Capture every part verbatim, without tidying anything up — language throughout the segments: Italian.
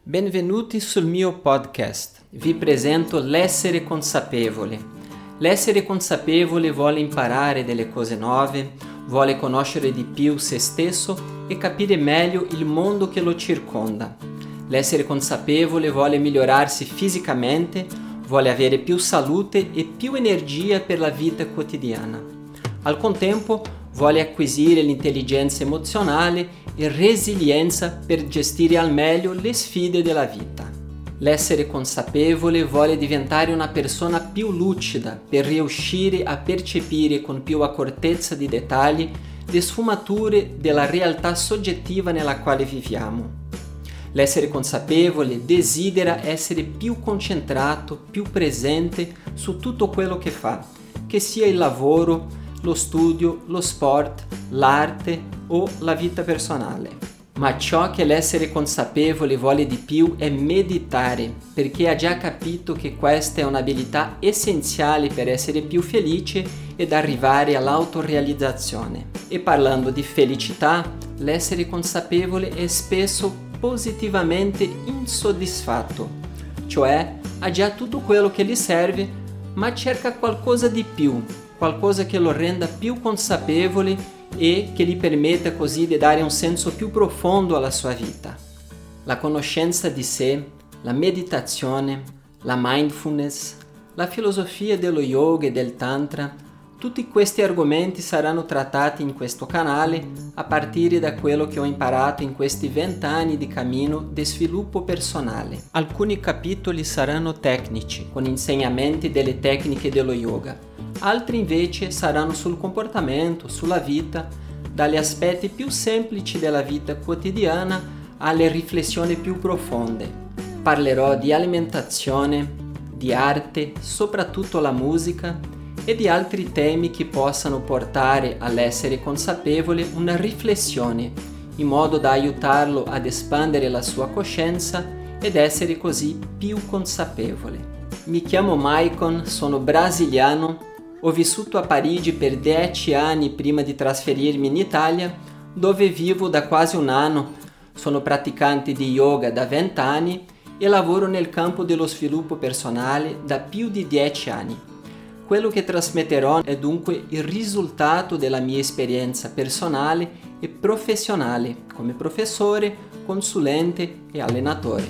Benvenuti sul mio podcast. Vi presento l'essere consapevole. L'essere consapevole vuole imparare delle cose nuove, vuole conoscere di più se stesso e capire meglio il mondo che lo circonda. L'essere consapevole vuole migliorarsi fisicamente, vuole avere più salute e più energia per la vita quotidiana. Al contempo, vuole acquisire l'intelligenza emozionale e resilienza per gestire al meglio le sfide della vita. L'essere consapevole vuole diventare una persona più lucida per riuscire a percepire con più accortezza di dettagli le sfumature della realtà soggettiva nella quale viviamo. L'essere consapevole desidera essere più concentrato, più presente su tutto quello che fa, che sia il lavoro, lo studio, lo sport, l'arte o la vita personale. Ma ciò che l'essere consapevole vuole di più è meditare, perché ha già capito che questa è un'abilità essenziale per essere più felice ed arrivare all'autorealizzazione. E parlando di felicità, l'essere consapevole è spesso positivamente insoddisfatto, cioè ha già tutto quello che gli serve, ma cerca qualcosa di più, qualcosa che lo renda più consapevole e che gli permetta così di dare un senso più profondo alla sua vita. La conoscenza di sé, la meditazione, la mindfulness, la filosofia dello yoga e del tantra, tutti questi argomenti saranno trattati in questo canale a partire da quello che ho imparato in questi vent'anni di cammino di sviluppo personale. Alcuni capitoli saranno tecnici, con insegnamenti delle tecniche dello yoga. Altri invece saranno sul comportamento, sulla vita, dagli aspetti più semplici della vita quotidiana alle riflessioni più profonde. Parlerò di alimentazione, di arte, soprattutto la musica, e di altri temi che possano portare all'essere consapevole una riflessione, in modo da aiutarlo ad espandere la sua coscienza ed essere così più consapevole. Mi chiamo Maicon, sono brasiliano, ho vissuto a Parigi per dieci anni prima di trasferirmi in Italia, dove vivo da quasi un anno, sono praticante di yoga da venti anni e lavoro nel campo dello sviluppo personale da più di dieci anni. Quello che trasmetterò è dunque il risultato della mia esperienza personale e professionale come professore, consulente e allenatore.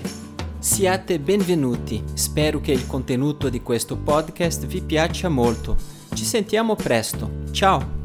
Siate benvenuti, spero che il contenuto di questo podcast vi piaccia molto. Ci sentiamo presto, ciao!